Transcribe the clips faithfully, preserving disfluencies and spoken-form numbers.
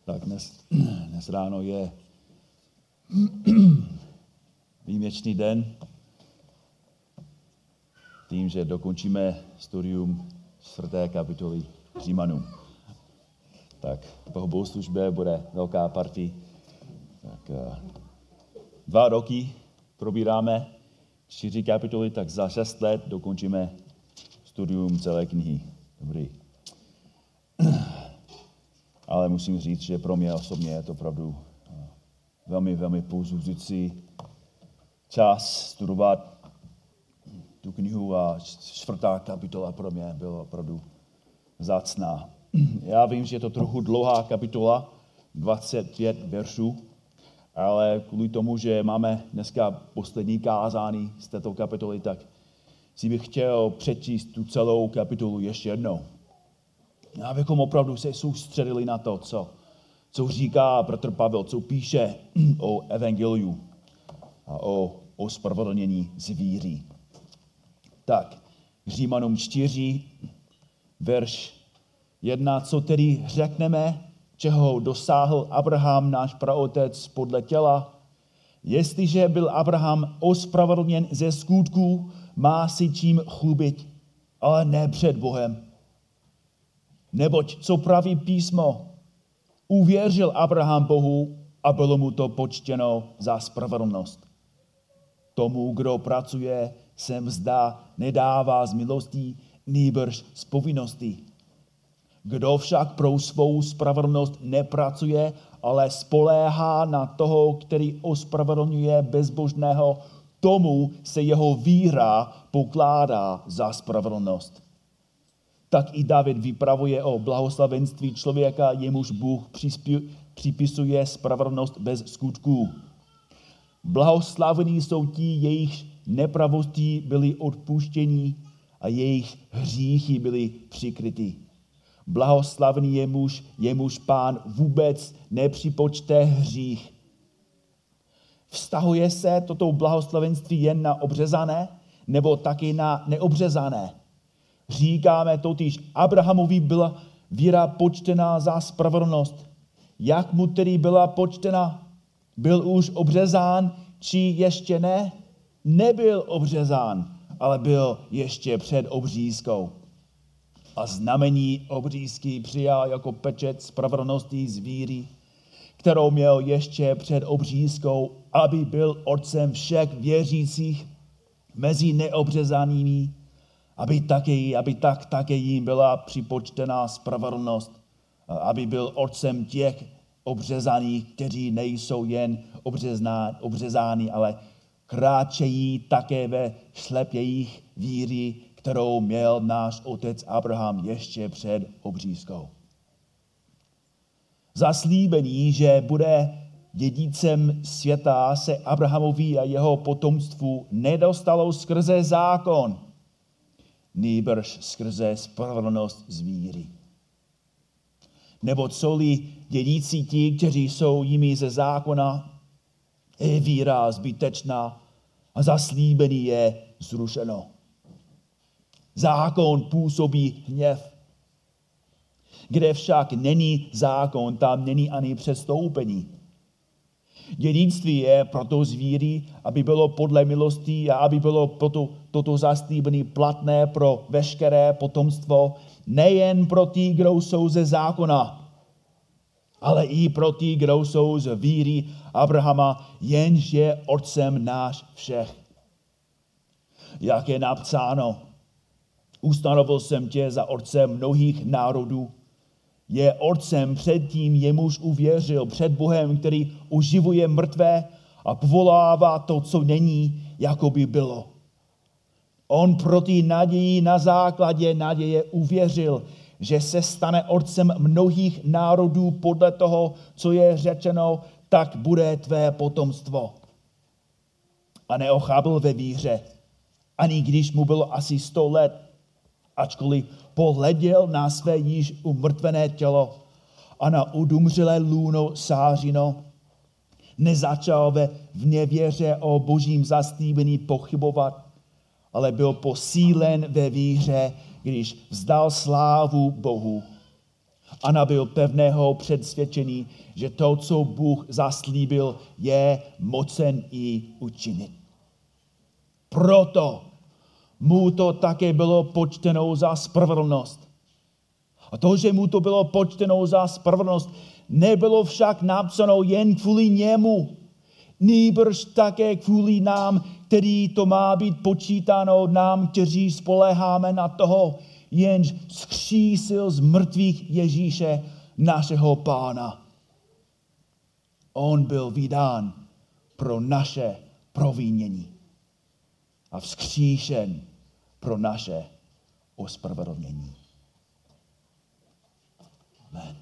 Tak dnes, dnes ráno je výjimečný den tím, že dokončíme studium čtvrté kapitoly Římanům. Tak po bohoslužbě bude velká party. Tak dva roky probíráme čtyři kapitoly, tak za šest let dokončíme studium celé knihy. Dobrý. Ale musím říct, že pro mě osobně je to opravdu velmi, velmi povzbuzující čas studovat tu knihu a čtvrtá kapitola pro mě byla opravdu vzácná. Já vím, že je to trochu dlouhá kapitola, dvacet pět veršů, ale kvůli tomu, že máme dneska poslední kázání z této kapitoly, tak si bych chtěl přečíst tu celou kapitolu ještě jednou. Abychom opravdu se soustředili na to, co, co říká bratr Pavel, co píše o evangeliu a o ospravedlnění z víry. Tak, Římanům čtyři, verš jedna. Co tedy řekneme, čeho dosáhl Abraham, náš praotec, podle těla? Jestliže byl Abraham ospravedlněn ze skutků, má si čím chlubit, ale ne před Bohem. Neboť, co praví písmo, uvěřil Abraham Bohu a bylo mu to počtěno za spravedlnost. Tomu, kdo pracuje, se mzda nedává z milostí, nýbrž z povinností. Kdo však pro svou spravedlnost nepracuje, ale spoléhá na toho, který ospravedlňuje bezbožného, tomu se jeho víra pokládá za spravedlnost. Tak i David vypravuje o blahoslavenství člověka, jemuž Bůh připisuje spravedlnost bez skutků. Blahoslavení jsou ti, jejich nepravosti byly odpuštěni a jejich hříchy byly přikryty. Blahoslavený je muž, jemuž Pán vůbec nepřipočte hřích. Vztahuje se toto blahoslavenství jen na obřezané, nebo taky na neobřezané? Říkáme totiž, Abrahamovi byla víra počtená za spravedlnost. Jak mu tedy byla počtena? Byl už obřezán, či ještě ne? Nebyl obřezán, ale byl ještě před obřízkou. A znamení obřízky přijal jako pečet spravedlnosti z víry, kterou měl ještě před obřízkou, aby byl otcem všech věřících mezi neobřezanými, aby, taky, aby tak také jim byla připočtená spravedlnost, aby byl otcem těch obřezaných, kteří nejsou jen obřezná, obřezáni, ale kráčejí také ve šlepějích víry, kterou měl náš otec Abraham ještě před obřízkou. Zaslíbení, že bude dědicem světa, se Abrahamovi a jeho potomstvu nedostalo skrze zákon, nýbrž skrze spravedlnost z víry. Nebo co-li dědící ti, kteří jsou jimi ze zákona, je víra zbytečná a zaslíbení je zrušeno. Zákon působí hněv. Kde však není zákon, tam není ani přestoupení. Dědictví je proto z víry, aby bylo podle milosti a aby bylo proto, toto zaslíbení platné pro veškeré potomstvo, nejen pro ty, kdo jsou ze zákona, ale i pro ty, kdo jsou z víry Abrahama, jenž je otcem náš všech. Jak je napsáno, ustanovil jsem tě za otce mnohých národů, je otcem před tím, jemuž uvěřil, před Bohem, který oživuje mrtvé a povolává to, co není, jako by bylo. On proti naději na základě naděje uvěřil, že se stane otcem mnohých národů podle toho, co je řečeno, tak bude tvé potomstvo. A neochábil ve víře, ani když mu bylo asi sto let, ačkoliv pohleděl na své již umrtvené tělo a na udumřelé lůno sářino, nezačal ve v nevěře o božím zaslíbení pochybovat, ale byl posílen ve víře, když vzdal slávu Bohu. a nabyl pevného přesvědčení, že to, co Bůh zaslíbil, je mocen i učinit. Proto mu to také bylo počteno za spravedlnost. A to, že mu to bylo počteno za spravedlnost, nebylo však napsáno jen kvůli němu, nýbrž také kvůli nám, který to má být počítáno nám, kteří spoléháme na toho, jenž vzkřísil z mrtvých Ježíše, našeho Pána. On byl vydán pro naše provinění a vzkříšen pro naše ospravedlnění. Amen.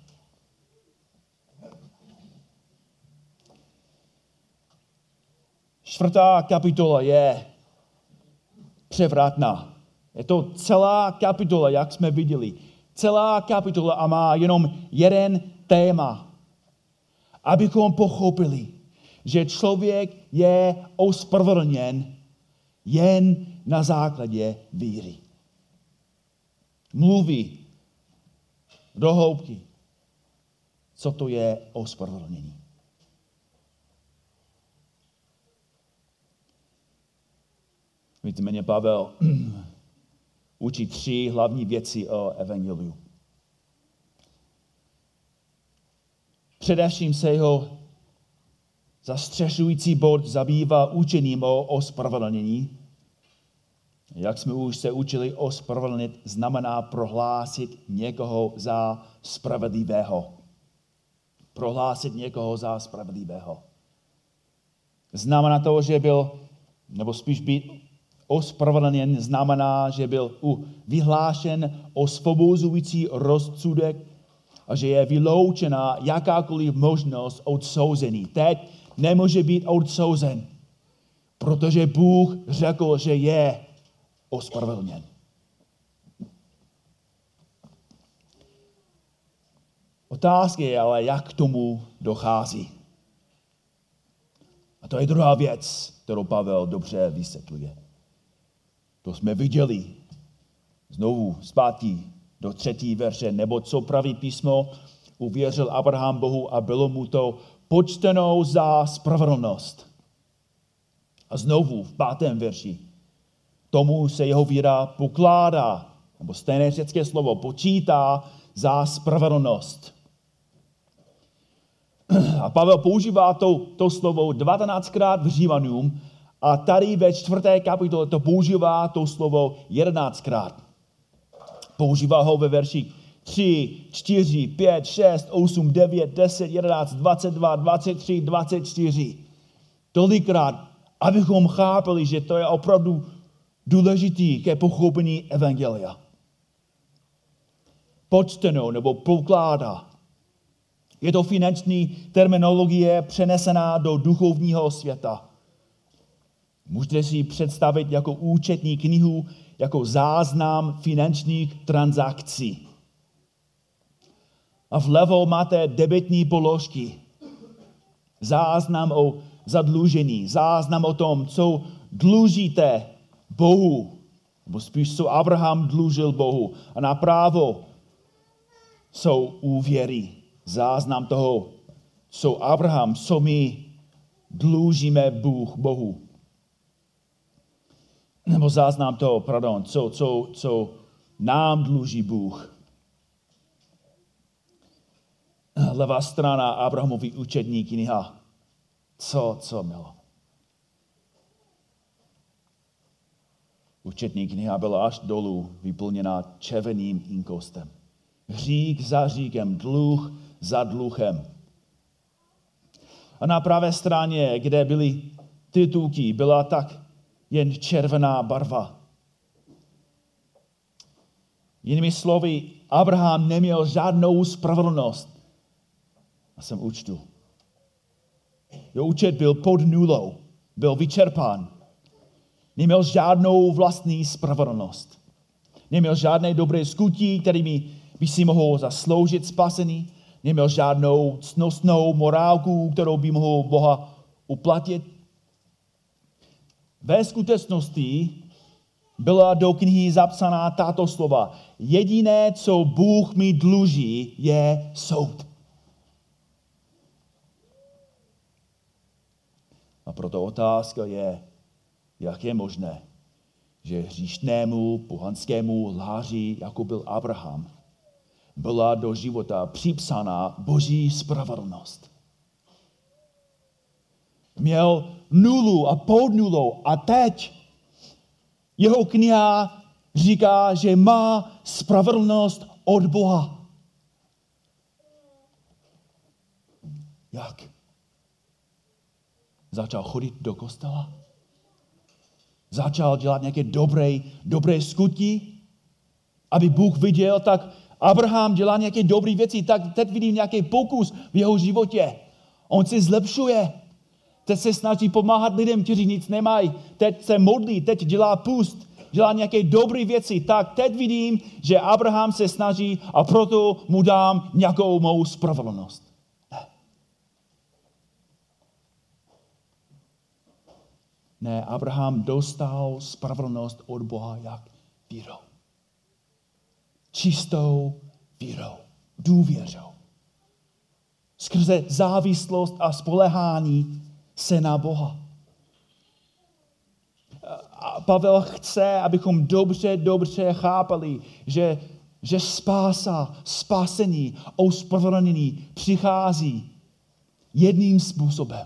Čtvrtá kapitola je převratná. Je to celá kapitola, jak jsme viděli. Celá kapitola a má jenom jeden téma. Abychom pochopili, že člověk je ospravedlněn jen na základě víry. Mluví do hloubky, co to je ospravedlnění. Víte, mě Pavel učí tři hlavní věci o evangeliu. Především se jeho zastřešující bod zabývá učením o ospravedlnění. Jak jsme už se učili, ospravedlnit znamená prohlásit někoho za spravedlivého. Prohlásit někoho za spravedlivého. Znamená to, že byl, nebo spíš být ospravedlněn znamená, že byl vyhlášen osvobozující rozsudek a že je vyloučena jakákoliv možnost odsouzení. Teď nemůže být odsouzen, protože Bůh řekl, že je ospravedlněn. Otázka je ale, jak k tomu dochází. A to je druhá věc, kterou Pavel dobře vysvětluje. To jsme viděli. Znovu zpátky do třetí verše. Nebo co praví písmo, uvěřil Abraham Bohu a bylo mu to počteno za spravedlnost. A znovu v pátém verši. Tomu se jeho víra pokládá, nebo stejné řecké slovo, počítá za spravedlnost. A Pavel používá to, to slovo devatenáctkrát v Římanům a tady ve čtvrté kapitole to používá to slovo jedenáctkrát. Používá ho ve verši tři, čtyři, pět, šest, osm, devět, deset, jedenáct, dvacet dva, dvacet tři, dvacet čtyři. Tolikrát, abychom chápali, že to je opravdu důležitý ke pochopení evangelia. Počteno nebo pokládá. Je to finanční terminologie přenesená do duchovního světa. Můžete si představit jako účetní knihu, jako záznam finančních transakcí. A vlevo máte debetní položky. Záznam o zadlužení, záznam o tom, co dlužíte Bohu, nebo spíš co Abraham dlužil Bohu. A napravo jsou úvěry, záznam toho, co Abraham, co my dlužíme Bůh, Bohu. Nebo záznam toho, pardon, co, co, co nám dluží Bůh. Levá strana Abrahamovy účetní kniha. Co, co mělo? Účetní kniha byla až dolů vyplněná červeným inkostem. Hřích za hříchem, dluh za dluhem. A na pravé straně, kde byly titulky, byla tak jen červená barva. Jinými slovy, Abraham neměl žádnou spravedlnost na svém účtu. Jeho účet byl pod nulou, byl vyčerpán. Neměl žádnou vlastní spravedlnost. Neměl žádné dobré skutky, kterými by si mohl zasloužit spasení. Neměl žádnou cnostnou morálku, kterou by mohl Boha uplatit. Ve skutečnosti byla do knihy zapsaná tato slova. Jediné, co Bůh mi dluží, je soud. A proto otázka je, jak je možné, že hříšnému, pohanskému lháři, jako byl Abraham, byla do života připsána Boží spravedlnost. Měl nulu a pod nulou a teď jeho kniha říká, že má spravedlnost od Boha. Jak? Začal chodit do kostela? Začal dělat nějaké dobré, dobré skutky? Aby Bůh viděl, tak Abraham dělá nějaké dobré věci, tak teď vidím nějaký pokus v jeho životě. On se zlepšuje. Teď se snaží pomáhat lidem, kteří nic nemají. Teď se modlí, teď dělá půst, dělá nějaké dobré věci. Tak teď vidím, že Abraham se snaží a proto mu dám nějakou mou spravedlnost. Ne. Ne, Abraham dostal spravedlnost od Boha jak vírou. Čistou vírou, důvěřou. Skrze závislost a spolehání se na Boha. A Pavel chce, abychom dobře, dobře chápali, že, že spása, spásení, ospravedlnění přichází jedním způsobem.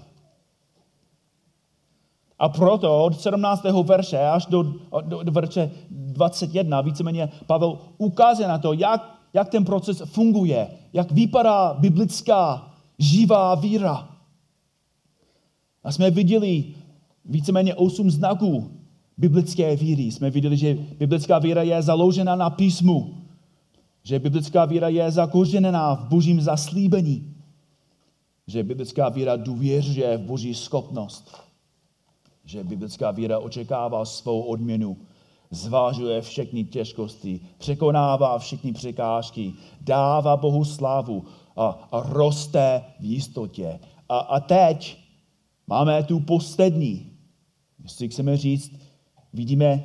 A proto od sedmnáctého verše až do, do, do verše dvacet jedna víceméně Pavel ukazuje na to, jak, jak ten proces funguje, jak vypadá biblická živá víra. A jsme viděli víceméně osm znaků biblické víry. Jsme viděli, že biblická víra je založena na písmu, že biblická víra je zakořeněná v Božím zaslíbení, že biblická víra důvěřuje v Boží schopnost, že biblická víra očekává svou odměnu, zvážuje všechny těžkosti, překonává všechny překážky, dává Bohu slávu a, a roste v jistotě. A, a teď máme tu poslední, jestli chceme říct, vidíme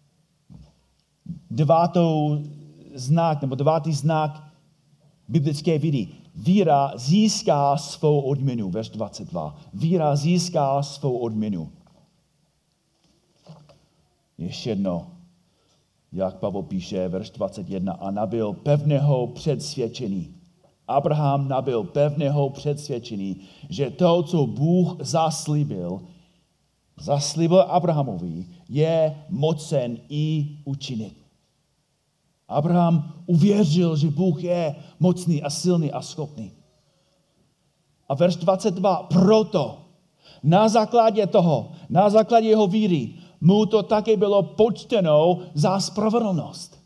devátou znak, nebo devátý znak biblické víry. Víra získá svou odměnu, verš dvacet dva. Víra získá svou odměnu. Ještě jedno, jak Pavel píše, verš dvacet jedna, a nabyl pevného předsvědčení. Abraham nabyl pevného předsvědčení, že to, co Bůh zaslíbil, zaslíbil Abrahamovi, je mocen i učinit. Abraham uvěřil, že Bůh je mocný a silný a schopný. A verš dvacet dva, proto na základě toho, na základě jeho víry, mu to také bylo počteno za spravedlnost.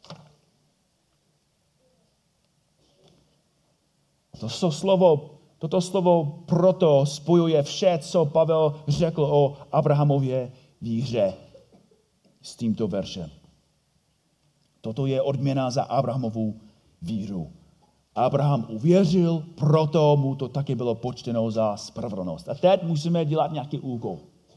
Toto slovo, toto slovo proto spojuje vše, co Pavel řekl o Abrahamově víře s tímto veršem. Toto je odměna za Abrahamovu víru. Abraham uvěřil, proto mu to také bylo počteno za spravedlnost. A teď musíme dělat nějaký úkol.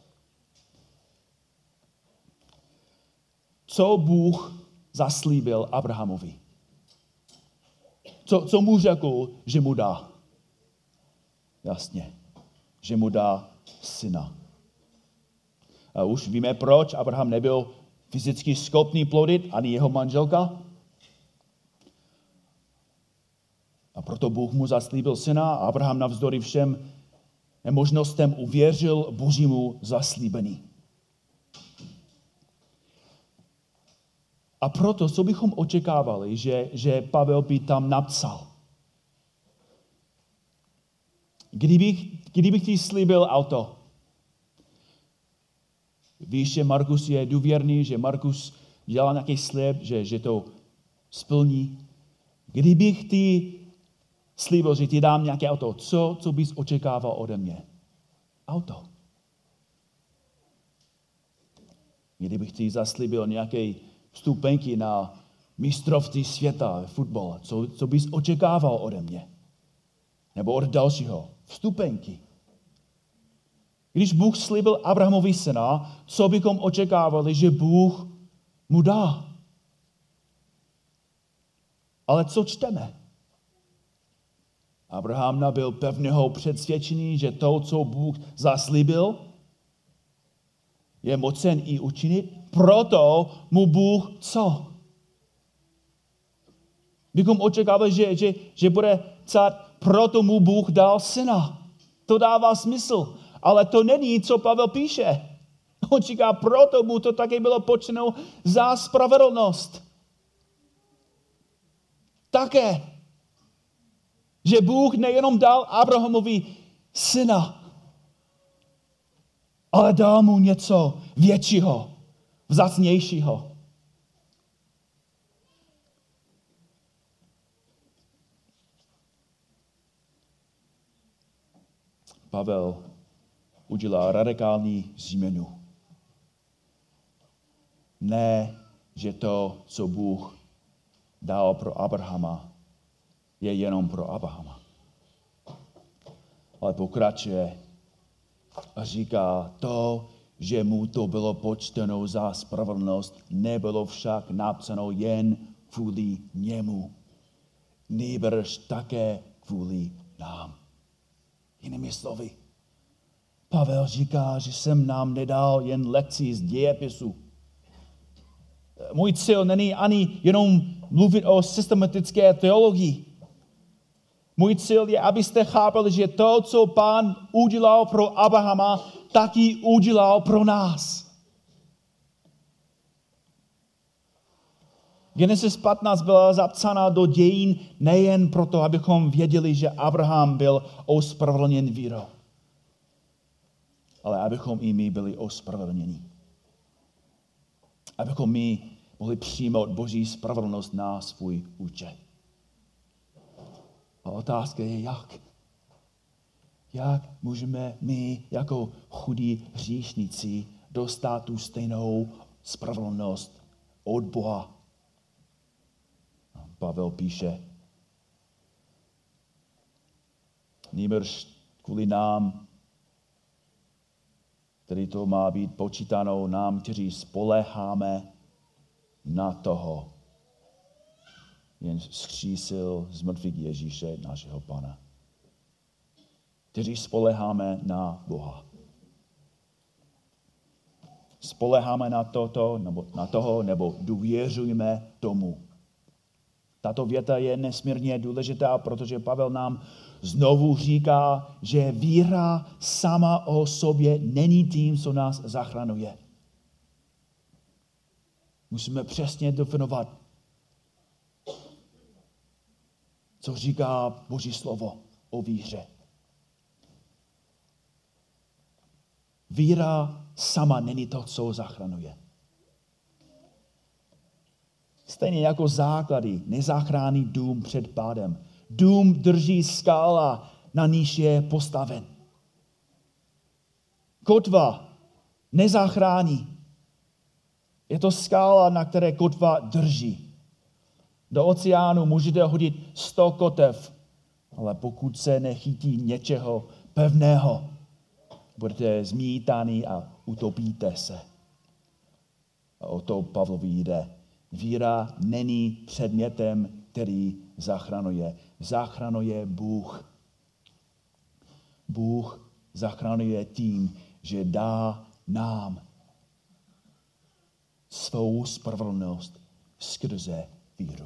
Co Bůh zaslíbil Abrahamovi? Co, co mu řekl, že mu dá? Jasně, že mu dá syna. A už víme, proč Abraham nebyl fyzicky schopný plodit, ani jeho manželka. A proto Bůh mu zaslíbil syna a Abraham navzdory všem možnostem uvěřil Božímu zaslíbení. A proto, co bychom očekávali, že, že Pavel by tam napsal? Kdybych, kdybych ti slíbil auto, víš, že Markus je důvěrný, že Markus dělá nějaký slib, že, že to splní. Kdybych ti slíbil, že ti dám nějaké auto, co, co bys očekával ode mě? Auto. Kdybych ti zaslíbil nějaké vstupenky na mistrovství světa ve fotbale, co, co bys očekával ode mě? Nebo od dalšího? Vstupenky. Když Bůh slíbil Abrahamovi syna, co bychom očekávali, že Bůh mu dá. Ale co čteme? Abraham nabyl pevného přesvědčení, že to, co Bůh zaslíbil, je mocen i učinit, proto mu Bůh co? Bychom očekávali, že, že, že bude psát, proto mu Bůh dal syna. To dává smysl, ale to není, co Pavel píše. On říká, proto mu to také bylo počteno za spravedlnost. Také, že Bůh nejenom dal Abrahamovi syna, ale dal mu něco většího, vzácnějšího. Pavel udělal radikální změnu. Ne, že to, co Bůh dal pro Abrahama, je jenom pro Abrahama. Ale pokračuje a říká to, že mu to bylo počteno za spravedlnost, nebylo však napsáno jen kvůli němu, nýbrž také kvůli nám. Jinými slovy, Pavel říká, že jsem nám nedal jen lekci z dějepisu. Můj cíl není ani jenom mluvit o systematické teologii. Můj cíl je, abyste chápali, že to, co Pán udělal pro Abrahama, taky udělal pro nás. Genesis patnáct byla zapsána do dějin nejen proto, abychom věděli, že Abraham byl ospravedlněn vírou, ale abychom i my byli ospravedlněni. Abychom my mohli přijmout Boží spravedlnost na svůj účet. A otázka je, jak? Jak můžeme my jako chudí hříšníci dostat tu stejnou spravedlnost od Boha? Pavel píše, nýbrž kvůli nám, který to má být počítáno nám, kteří spoléháme na toho, jen vzkřísil z mrtvých Ježíše, našeho Pana. Kteří spoléháme na Boha. Spoléháme na, toto, nebo na toho, nebo důvěřujeme tomu. Tato věta je nesmírně důležitá, protože Pavel nám znovu říká, že víra sama o sobě není tím, co nás zachraňuje. Musíme přesně definovat, co říká Boží slovo o víře. Víra sama není to, co zachraňuje. Stejně jako základy nezachrání dům před pádem. Dům drží skála, na níž je postaven. Kotva nezachrání. Je to skála, na které kotva drží. Do oceánu můžete hodit sto kotev, ale pokud se nechytí něčeho pevného, budete zmítáni a utopíte se. A o to Pavlovi jde. Víra není předmětem, který zachraňuje. Zachraňuje Bůh. Bůh zachraňuje tím, že dá nám svou spravedlnost skrze víru.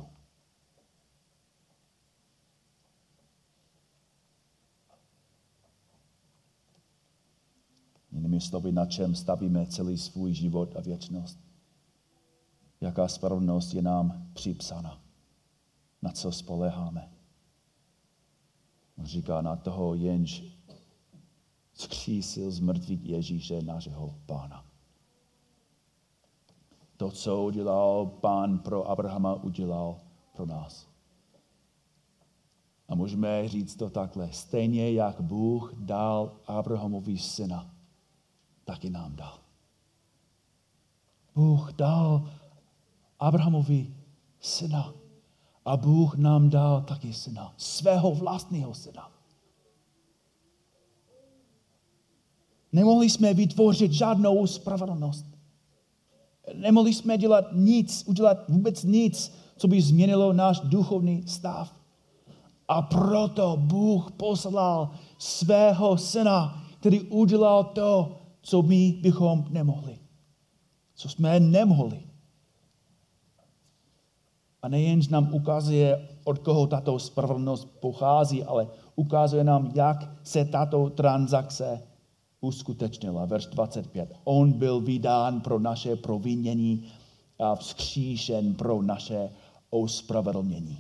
Jinými slovy, na čem stavíme celý svůj život a věčnost. Jaká spravedlnost je nám připsána. Na co spoléháme. On říká na toho, jenž vzkřísil z mrtvých Ježíše, našeho Pána. To, co udělal Pán pro Abrahama, udělal pro nás. A můžeme říct to takhle. Stejně jak Bůh dal Abrahamovi syna, taky nám dal. Bůh dal Abrahamovi syna. A Bůh nám dal taky syna. Svého vlastního syna. Nemohli jsme vytvořit žádnou spravedlnost. Nemohli jsme dělat nic, udělat vůbec nic, co by změnilo náš duchovní stav. A proto Bůh poslal svého syna, který udělal to, co my bychom nemohli. Co jsme nemohli. A nejenž nám ukazuje, od koho tato spravedlnost pochází, ale ukazuje nám, jak se tato transakce uskutečnila. Verš dvacet pět. On byl vydán pro naše provinění a vzkříšen pro naše ospravedlnění.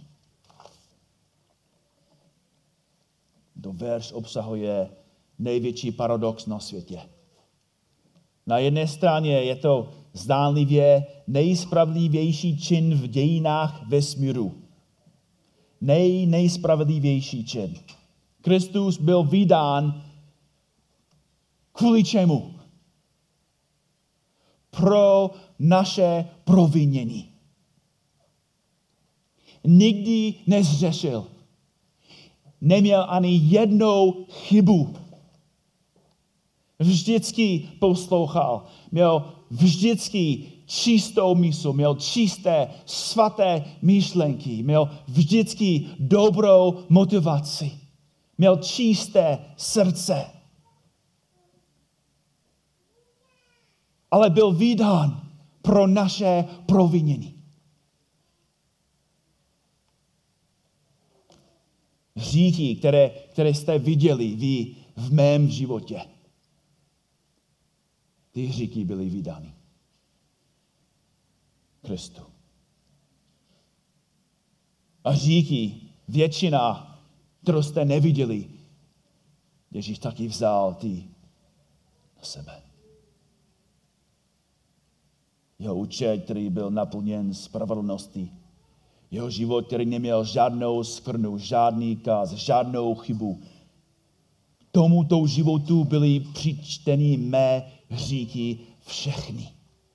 To verš obsahuje největší paradox na světě. Na jedné straně je to zdánlivě nejspravedlivější čin v dějinách vesmíru. Nej, nejspravedlivější čin. Kristus byl vydán kvůli čemu? Pro naše provinění. Nikdy nezřešil. Neměl ani jednou chybu. Vždycky poslouchal. Měl vždycky čistou mysl. Měl čisté, svaté myšlenky. Měl vždycky dobrou motivaci. Měl čisté srdce. Ale byl vydán pro naše provinění. Hříchy, které, které jste viděli vy v mém životě. Ty hříchy byly vydány Kristu. A hříchy, většina, kterou jste neviděli, Ježíš taky vzal ty na sebe. Jeho účet, který byl naplněn spravedlností. Jeho život, který neměl žádnou skvrnu, žádný kaz, žádnou chybu. Tomuto životu byly přičteny mé hříchy všechny.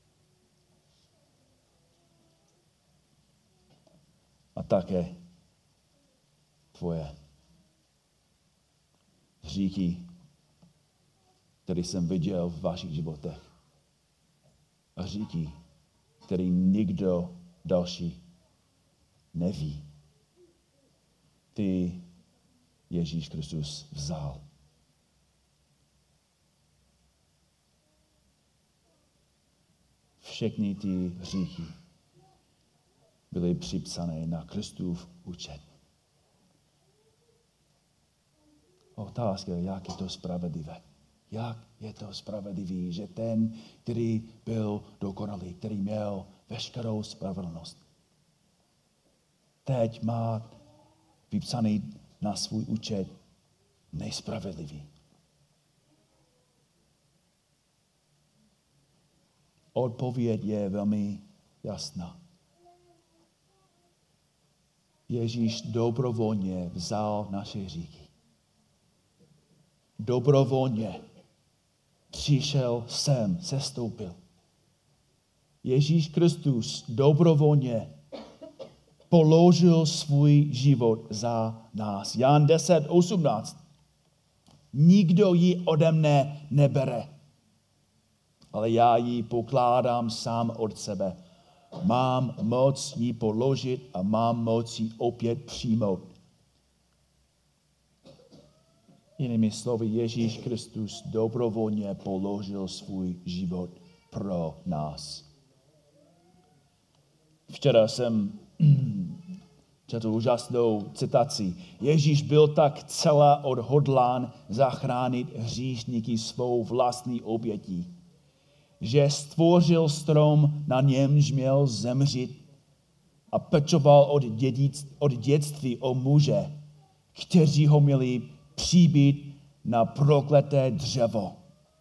A také tvoje hříchy, které jsem viděl v vašich životech. A hříchy, který nikdo další neví. Ty Ježíš Kristus vzal. Všechny ty hříchy byly připsané na Kristův účet. Otázka je, jak je to spravedlivé. Jak je to spravedlivý, že ten, který byl dokonalý, který měl veškerou spravedlnost, teď má vypsaný na svůj účet nespravedlivý. Odpověď je velmi jasná. Ježíš dobrovolně vzal naše hříchy. Dobrovolně přišel sem, sestoupil. Ježíš Kristus dobrovolně položil svůj život za nás. Jan deset osmnáct. Nikdo ji ode mne nebere, ale já ji pokládám sám od sebe. Mám moc ji položit a mám moc ji opět přijmout. Jinými slovy, Ježíš Kristus dobrovolně položil svůj život pro nás. Včera jsem četl úžasnou citaci. Ježíš byl tak celá odhodlán zachránit hříšníky svou vlastní obětí, že stvořil strom, na němž měl zemřít a pečoval od, dědic, od dětství o muže, kteří ho měli přibít na prokleté dřevo.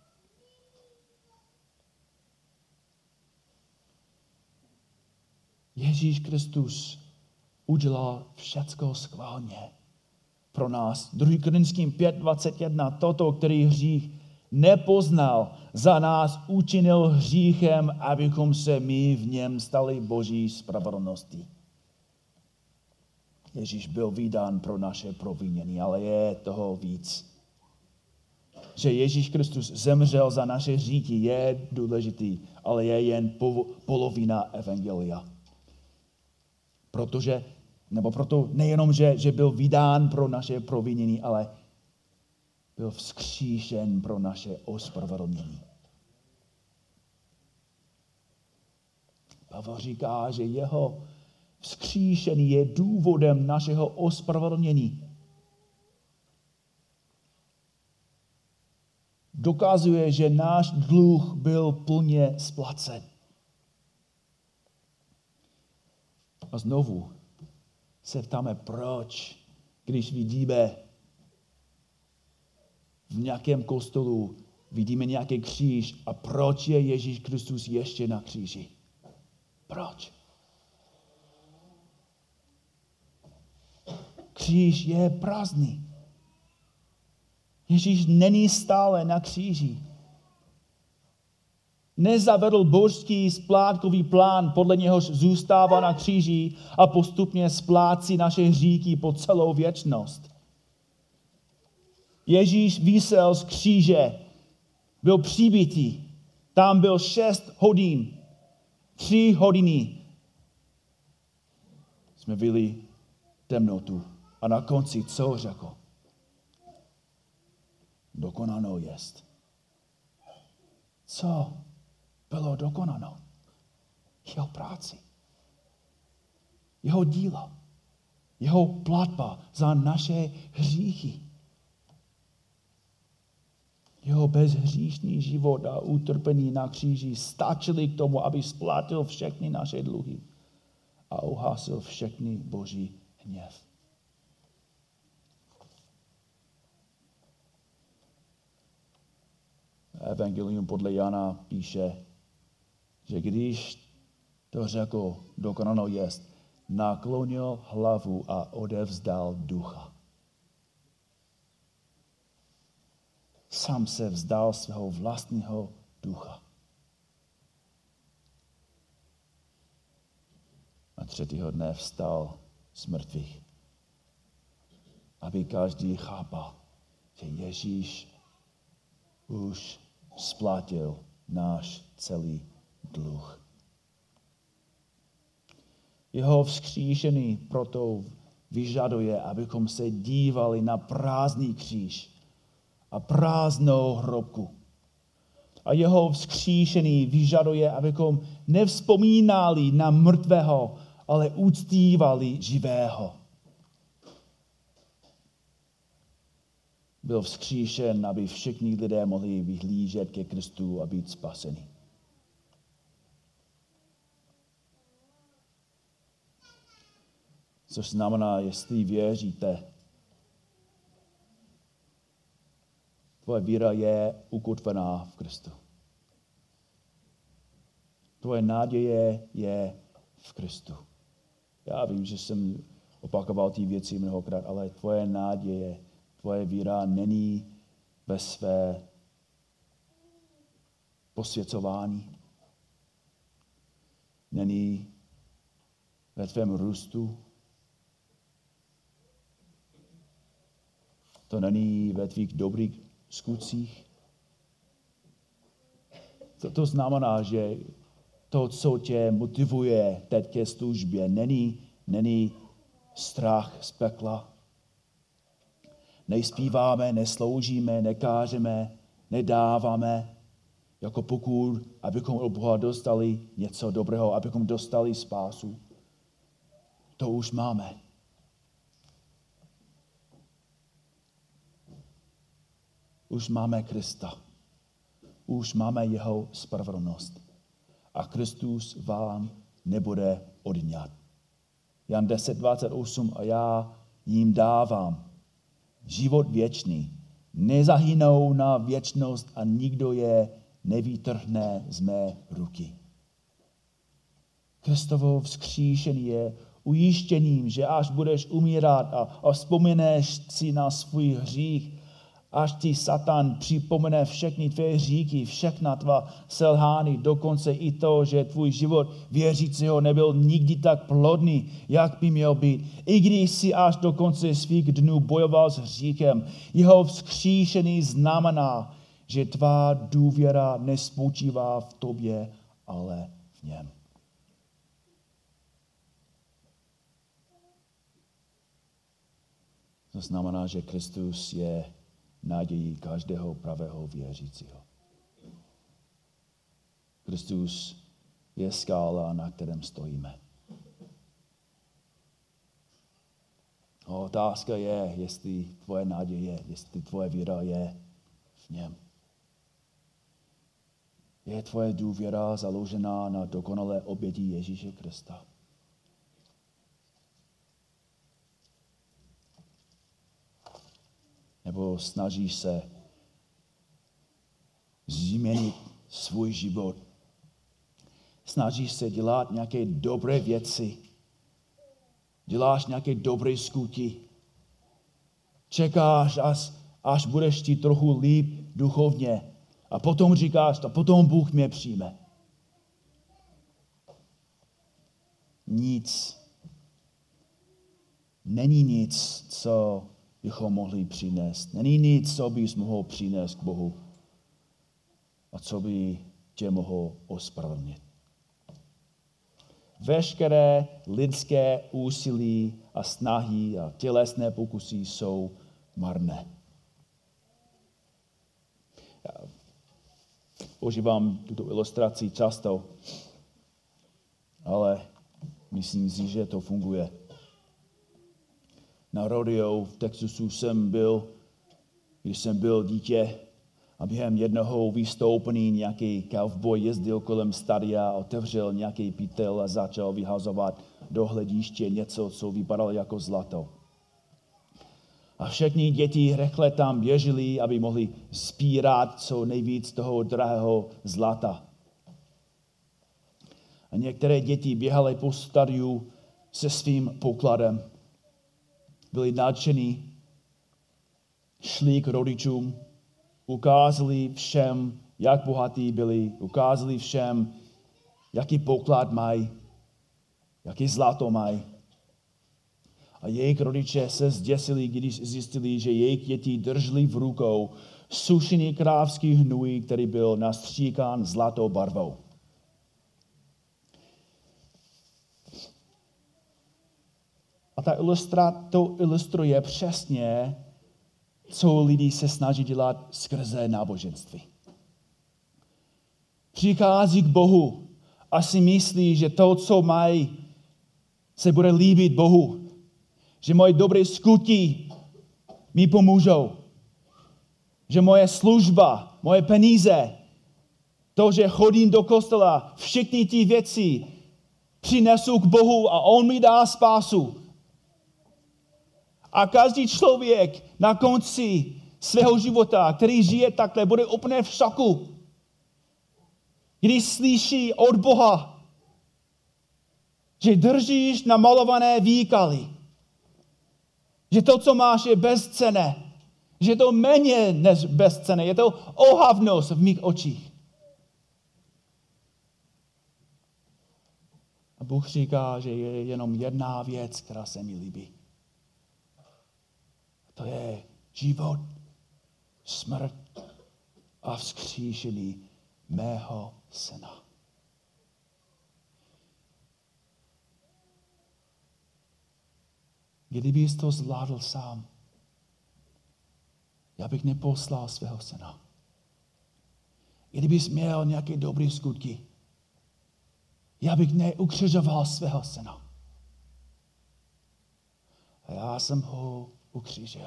Ježíš Kristus udělal všecko schválně pro nás. druhý Korinským pět dvacet jedna. Toto, který hřích nepoznal, za nás učinil hříchem, abychom se my v něm stali Boží spravedlností. Ježíš byl vydán pro naše provinění, ale je toho víc. že Ježíš Kristus zemřel za naše hříchy, je důležitý, ale je jen polovina evangelia. Protože, nebo proto nejenom, že, že byl vydán pro naše provinění, ale byl vzkříšen pro naše ospravedlnění. Pavel říká, že jeho vzkříšení je důvodem našeho ospravedlnění. Dokazuje, že náš dluh byl plně splacen. A znovu se ptáme, proč, když vidíme v nějakém kostelu, vidíme nějaký kříž a proč je Ježíš Kristus ještě na kříži? Proč? Kříž je prázdný. Ježíš není stále na kříži. Nezavedl božský splátkový plán, podle něhož zůstává na kříži a postupně splácí naše hříchy po celou věčnost. Ježíš visel z kříže, byl přibitý. Tam byl šest hodin, tři hodiny. Jsme byli temnotu. A na konci co řekl? Dokonáno jest. Co bylo dokonáno? Jeho práci. Jeho dílo. Jeho platba za naše hříchy. Jeho bezhříšný život a utrpení na kříži stačily k tomu, aby splatil všechny naše dluhy a uhasil všechny boží hněv. Evangelium podle Jana píše, že když to řekl, dokonáno jest, naklonil hlavu a odevzdal ducha. Sám se vzdal svého vlastního ducha. A třetího dne vstal z mrtvých, aby každý chápal, že Ježíš už splatil náš celý dluh. Jeho vzkříšení proto vyžaduje, abychom se dívali na prázdný kříž a prázdnou hrobku. A jeho vzkříšení vyžaduje, abychom nevzpomínali na mrtvého, ale uctívali živého. Byl vzkříšen, aby všichni lidé mohli vyhlížet ke Kristu a být spaseni. Což znamená, jestli věříte, tvoje víra je ukotvená v Kristu. Tvoje naděje je v Kristu. Já vím, že jsem opakoval ty věci mnohokrát, ale tvoje naděje, tvoje víra není ve své posvěcování. Není ve tvém růstu. To není ve tvých dobrých skutcích. To, to znamená, že to, co tě motivuje teď ke službě, není, není strach z pekla. Nejspíváme, nesloužíme, nekážeme, nedáváme, jako pokud, abychom od Boha dostali něco dobrého, abychom dostali spásu. To už máme. Už máme Krista. Už máme jeho spravedlnost. A Kristus vám nebude odňat. Jan deset dvacet osm a já jim dávám život věčný. Nezahynou na věčnost a nikdo je nevytrhne z mé ruky. Kristovo vzkříšení je ujištěním, že až budeš umírat a, a vzpomeneš si na svůj hřích až ti Satan připomene všechny tvé hříchy, všechna tvá selhání, dokonce i to, že tvůj život věřícího nebyl nikdy tak plodný, jak by měl být. I když jsi až do konce svých dnů bojoval s hříchem, jeho vzkříšení znamená, že tvá důvěra nespočívá v tobě, ale v něm. To znamená, že Kristus je nadějí každého pravého věřícího. Kristus je skála, na kterém stojíme. A otázka je, jestli tvoje naděje, jestli tvoje víra je v něm. Je tvoje důvěra založená na dokonalé oběti Ježíše Krista? Nebo snažíš se změnit svůj život? Snažíš se dělat nějaké dobré věci? Děláš nějaké dobré skutky? Čekáš, až, až budeš ti trochu líp duchovně a potom říkáš, a potom Bůh mě přijme. Nic. Není nic, co bychom mohli přinést. Není nic, co bys mohl přinést k Bohu a co by tě mohlo ospravedlnit. Veškeré lidské úsilí a snahy a tělesné pokusy jsou marné. Já používám tuto ilustraci často, ale myslím si, že to funguje. Na rodeo v Texasu jsem byl, když jsem byl dítě a během jednoho vystoupení nějaký cowboy jezdil kolem stadia, otevřel nějaký pytel a začal vyhazovat do hlediště něco, co vypadalo jako zlato. A všechny děti rychle tam běžely, aby mohli sbírat co nejvíc toho drahého zlata. A některé děti běhaly po stadiu se svým pokladem. Byli nadšení, šli k rodičům, ukázali všem, jak bohatí byli, ukázali všem, jaký poklad mají, jaký zlato mají. A jejich rodiče se zděsili, když zjistili, že jejich děti drželi v rukou sušený krávský hnůj, který byl nastříkán zlatou barvou. A ta ilustra, to ilustruje přesně, co lidi se snaží dělat skrze náboženství. Přichází k Bohu a si myslí, že to, co mají, se bude líbit Bohu. Že moje dobré skutky mi pomůžou. Že moje služba, moje peníze, to, že chodím do kostela, všechny ty věci přinesu k Bohu a on mi dá spásu. A každý člověk na konci svého života, který žije takhle, bude úplně v šoku. Když slyší od Boha, že držíš namalované výkaly, že to, co máš, je bezcenné, že je to méně než bezcenné, je to ohavnost v mých očích. A Bůh říká, že je jenom jedna věc, která se mi líbí. To je život, smrt a vzkříšení mého syna. Kdybys to zvládl sám, já bych neposlal svého syna. Kdybys měl nějaké dobré skutky, já bych neukřižoval svého syna. A já jsem ho ukřížil.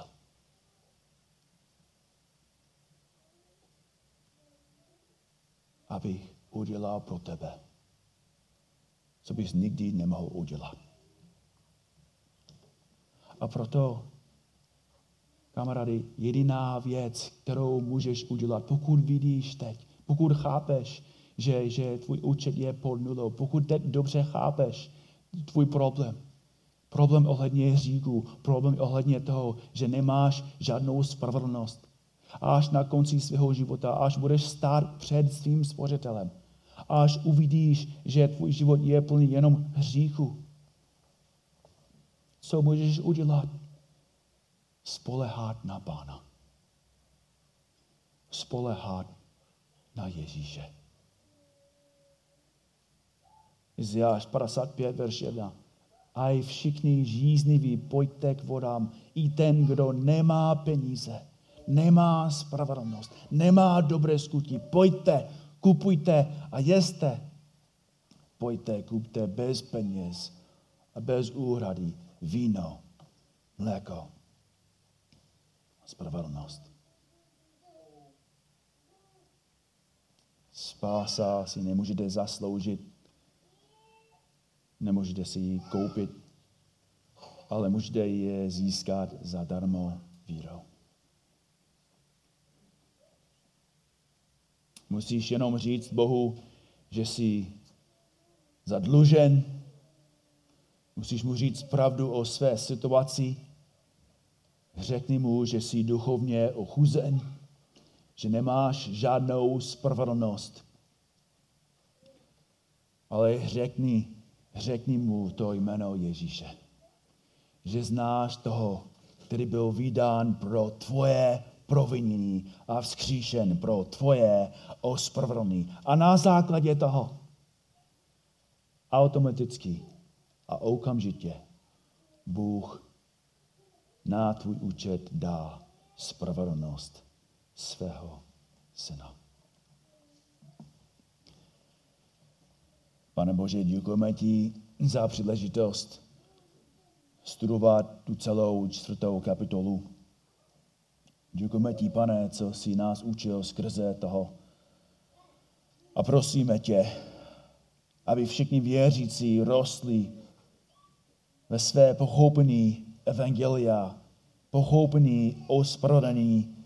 Abych udělal pro tebe, co bys nikdy nemohl udělat. A proto, kamarádi, jediná věc, kterou můžeš udělat, pokud vidíš teď, pokud chápeš, že, že tvůj účet je pod nulou, pokud teď dobře chápeš tvůj problém, problém ohledně hříchu, problém ohledně toho, že nemáš žádnou spravedlnost, A až na konci svého života, až budeš stát před svým Stvořitelem, až uvidíš, že tvůj život je plný jenom hříchu, co můžeš udělat? Spoléhat na Pána. Spoléhat na Ježíše. Izajáš padesát pět, verš jedna. A i všichni žízniví, pojďte k vodám. I ten, kdo nemá peníze, nemá spravedlnost, nemá dobré skutí. Pojďte, kupujte a jeste. Pojďte, kupte bez peněz a bez úhrady víno, mléko, spravedlnost. Spása si nemůžete zasloužit, nemůžete si ji koupit, ale můžete je získat zadarmo vírou. Musíš jenom říct Bohu, že jsi zadlužen. Musíš mu říct pravdu o své situaci. Řekni mu, že jsi duchovně ochuzen, že nemáš žádnou spravedlnost. Ale řekni, řekni mu to jméno Ježíše. Že znáš toho, který byl vydán pro tvoje provinění a vzkříšen pro tvoje ospravedlnění. A na základě toho automaticky a okamžitě Bůh na tvůj účet dá spravedlnost svého syna. Pane Bože, děkujeme ti za příležitost studovat tu celou čtvrtou kapitolu. Děkujeme ti, Pane, co jsi nás učil skrze toho. A prosíme tě, aby všichni věřící rostli ve své pochopení evangelia, pochopení ospravedlnění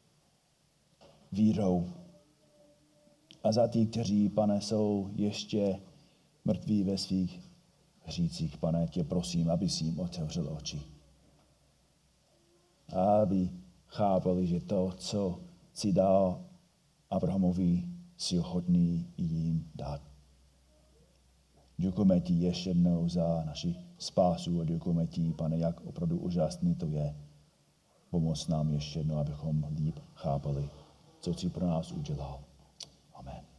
vírou. A za ty, kteří, Pane, jsou ještě mrtví ve svých hřících, Pane, tě prosím, aby si jim otevřel oči. A aby chápali, že to, co si dal Abrahamovi, si hodný jim dát. Děkujeme ti ještě jednou za naši spásu a děkujeme ti, Pane, jak opravdu úžasný to je. Pomoz nám ještě jednou, abychom líp chápali, co jsi pro nás udělal. Amen.